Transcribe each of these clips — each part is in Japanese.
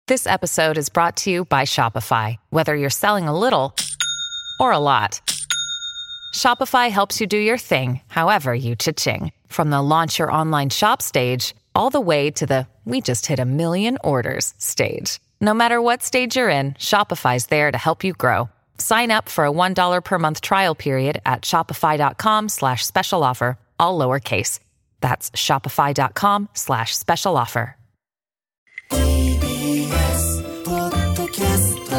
This episode is brought to you by Shopify. Whether you're selling a little or a lot, Shopify helps you do your thing, however you cha-ching. From the launch your online shop stage, all the way to the we just hit 1 million orders stage. No matter what stage you're in, Shopify's there to help you grow. Sign up for a $1 per month trial period at shopify.com/special offer, all lowercase. That's shopify.com/special offer. TBS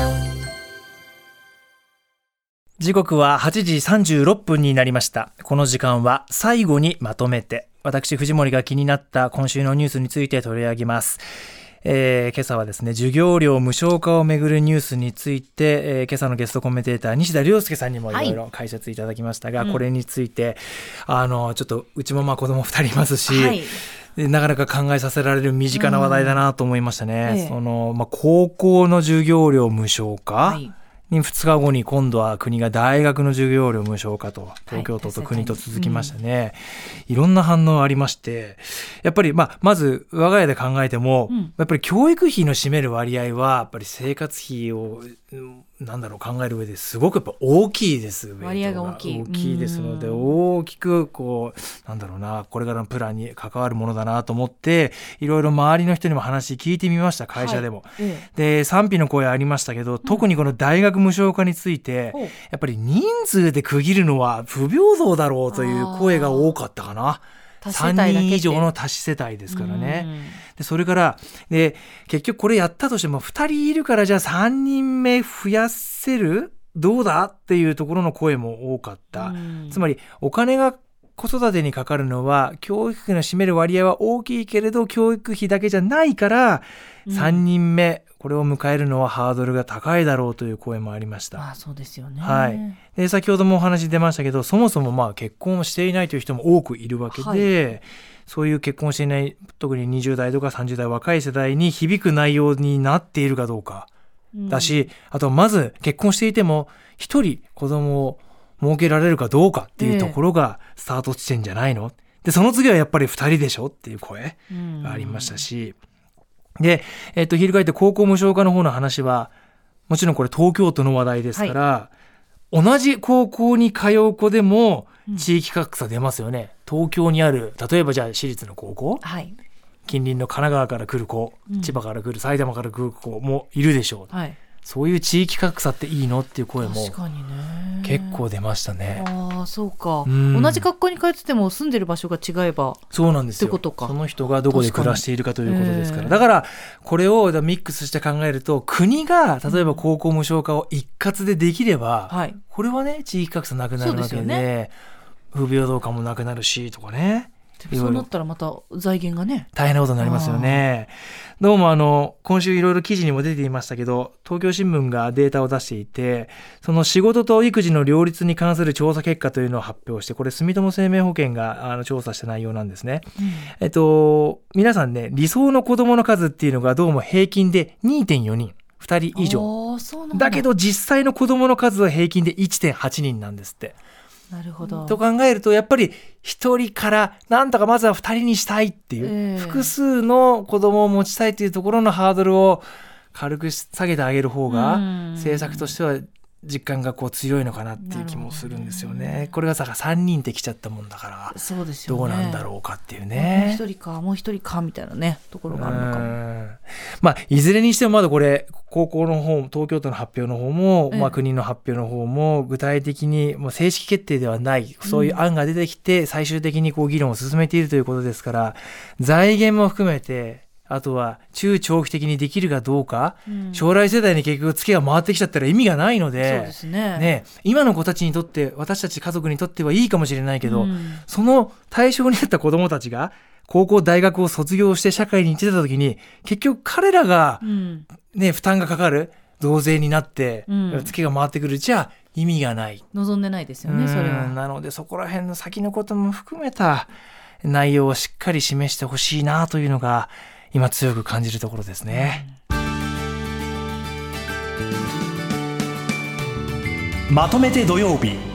時刻は8時36分になりました。この時間は最後にまとめて、私藤森が気になった今週のニュースについて取り上げます。今朝はですね、授業料無償化をめぐるニュースについて、今朝のゲストコメンテーター西田亮介さんにもいろいろ解説いただきましたが、これについてちょっとうちも子供2人いますし、なかなか考えさせられる身近な話題だなと思いましたね。高校の授業料無償化、に2日後に今度は国が大学の授業料無償化と東京都と国と続きましたね。いろんな反応ありまして、やっぱりまず我が家で考えても、やっぱり教育費の占める割合はやっぱり生活費を考える上ですごくやっぱ大きいです。 割合が大きいですので、大きくこれからのプランに関わるものだなと思って、いろいろ周りの人にも話聞いてみました。会社でも、で賛否の声ありましたけど、特にこの大学無償化について、やっぱり人数で区切るのは不平等だろうという声が多かったかな。3人以上の多子世帯ですからね。でそれから結局これやったとしても2人いるから、じゃあ3人目増やせるどうだっていうところの声も多かった。つまりお金が子育てにかかるのは教育費の占める割合は大きいけれど、教育費だけじゃないから3人目これを迎えるのはハードルが高いだろうという声もありました。 そうですよね。 で先ほどもお話出ましたけど、そもそも結婚をしていないという人も多くいるわけで、そういう結婚していない、特に20代とか30代若い世代に響く内容になっているかどうかだし、あとまず結婚していても1人子供を設けられるかどうかっていうところがスタート地点じゃないの、でその次はやっぱり2人でしょっていう声がありましたし、で、翻って高校無償化の方の話はもちろんこれ東京都の話題ですから、同じ高校に通う子でも地域格差出ますよね。東京にある例えばじゃあ私立の高校、近隣の神奈川から来る子、千葉から来る、埼玉から来る子もいるでしょう、そういう地域格差っていいのっていう声も結構出ましたね。 そうか、同じ学校に通ってても住んでる場所が違えば、 そうなんですよ。 ってことか。 その人がどこで暮らしているかということですから、だからこれをミックスして考えると、国が例えば高校無償化を一括でできれば、これはね地域格差なくなるわけで、不平等感もなくなるしとかね。 そうなったらまた財源がね大変なことになりますよね。どうも今週いろいろ記事にも出ていましたけど、東京新聞がデータを出していて、その仕事と育児の両立に関する調査結果というのを発表して、これ住友生命保険が調査した内容なんですね。皆さんね、理想の子どもの数っていうのがどうも平均で 2.4 人2人以上だけど、実際の子どもの数は平均で 1.8 人なんですって。 なるほど。 と考えると、やっぱり1人からなんとかまずは2人にしたいっていう、複数の子供を持ちたいというところのハードルを軽く下げてあげる方が政策としては実感が強いのかなっていう気もするんですよね。これが3人ってきちゃったもんだから、 そうですよね、 どうなんだろうかっていうね。 もう一人かもう一人かみたいなねところがあるのかも。 いずれにしてもまだこれ高校の方、東京都の発表の方も、国の発表の方も具体的にもう正式決定ではない、そういう案が出てきて最終的に議論を進めているということですから、財源も含めて、あとは中長期的にできるかどうか、将来世代に結局ツケが回ってきちゃったら意味がないので、 そうですね。 今の子たちにとって、私たち家族にとってはいいかもしれないけど、その対象になった子どもたちが高校大学を卒業して社会に出た時に、結局彼らが、負担がかかる増税になって、ツケが回ってくる、じゃあ意味がない、 望んでないですよね。それはなので、そこら辺の先のことも含めた内容をしっかり示してほしいなというのが今強く感じるところですね。 まとめて土曜日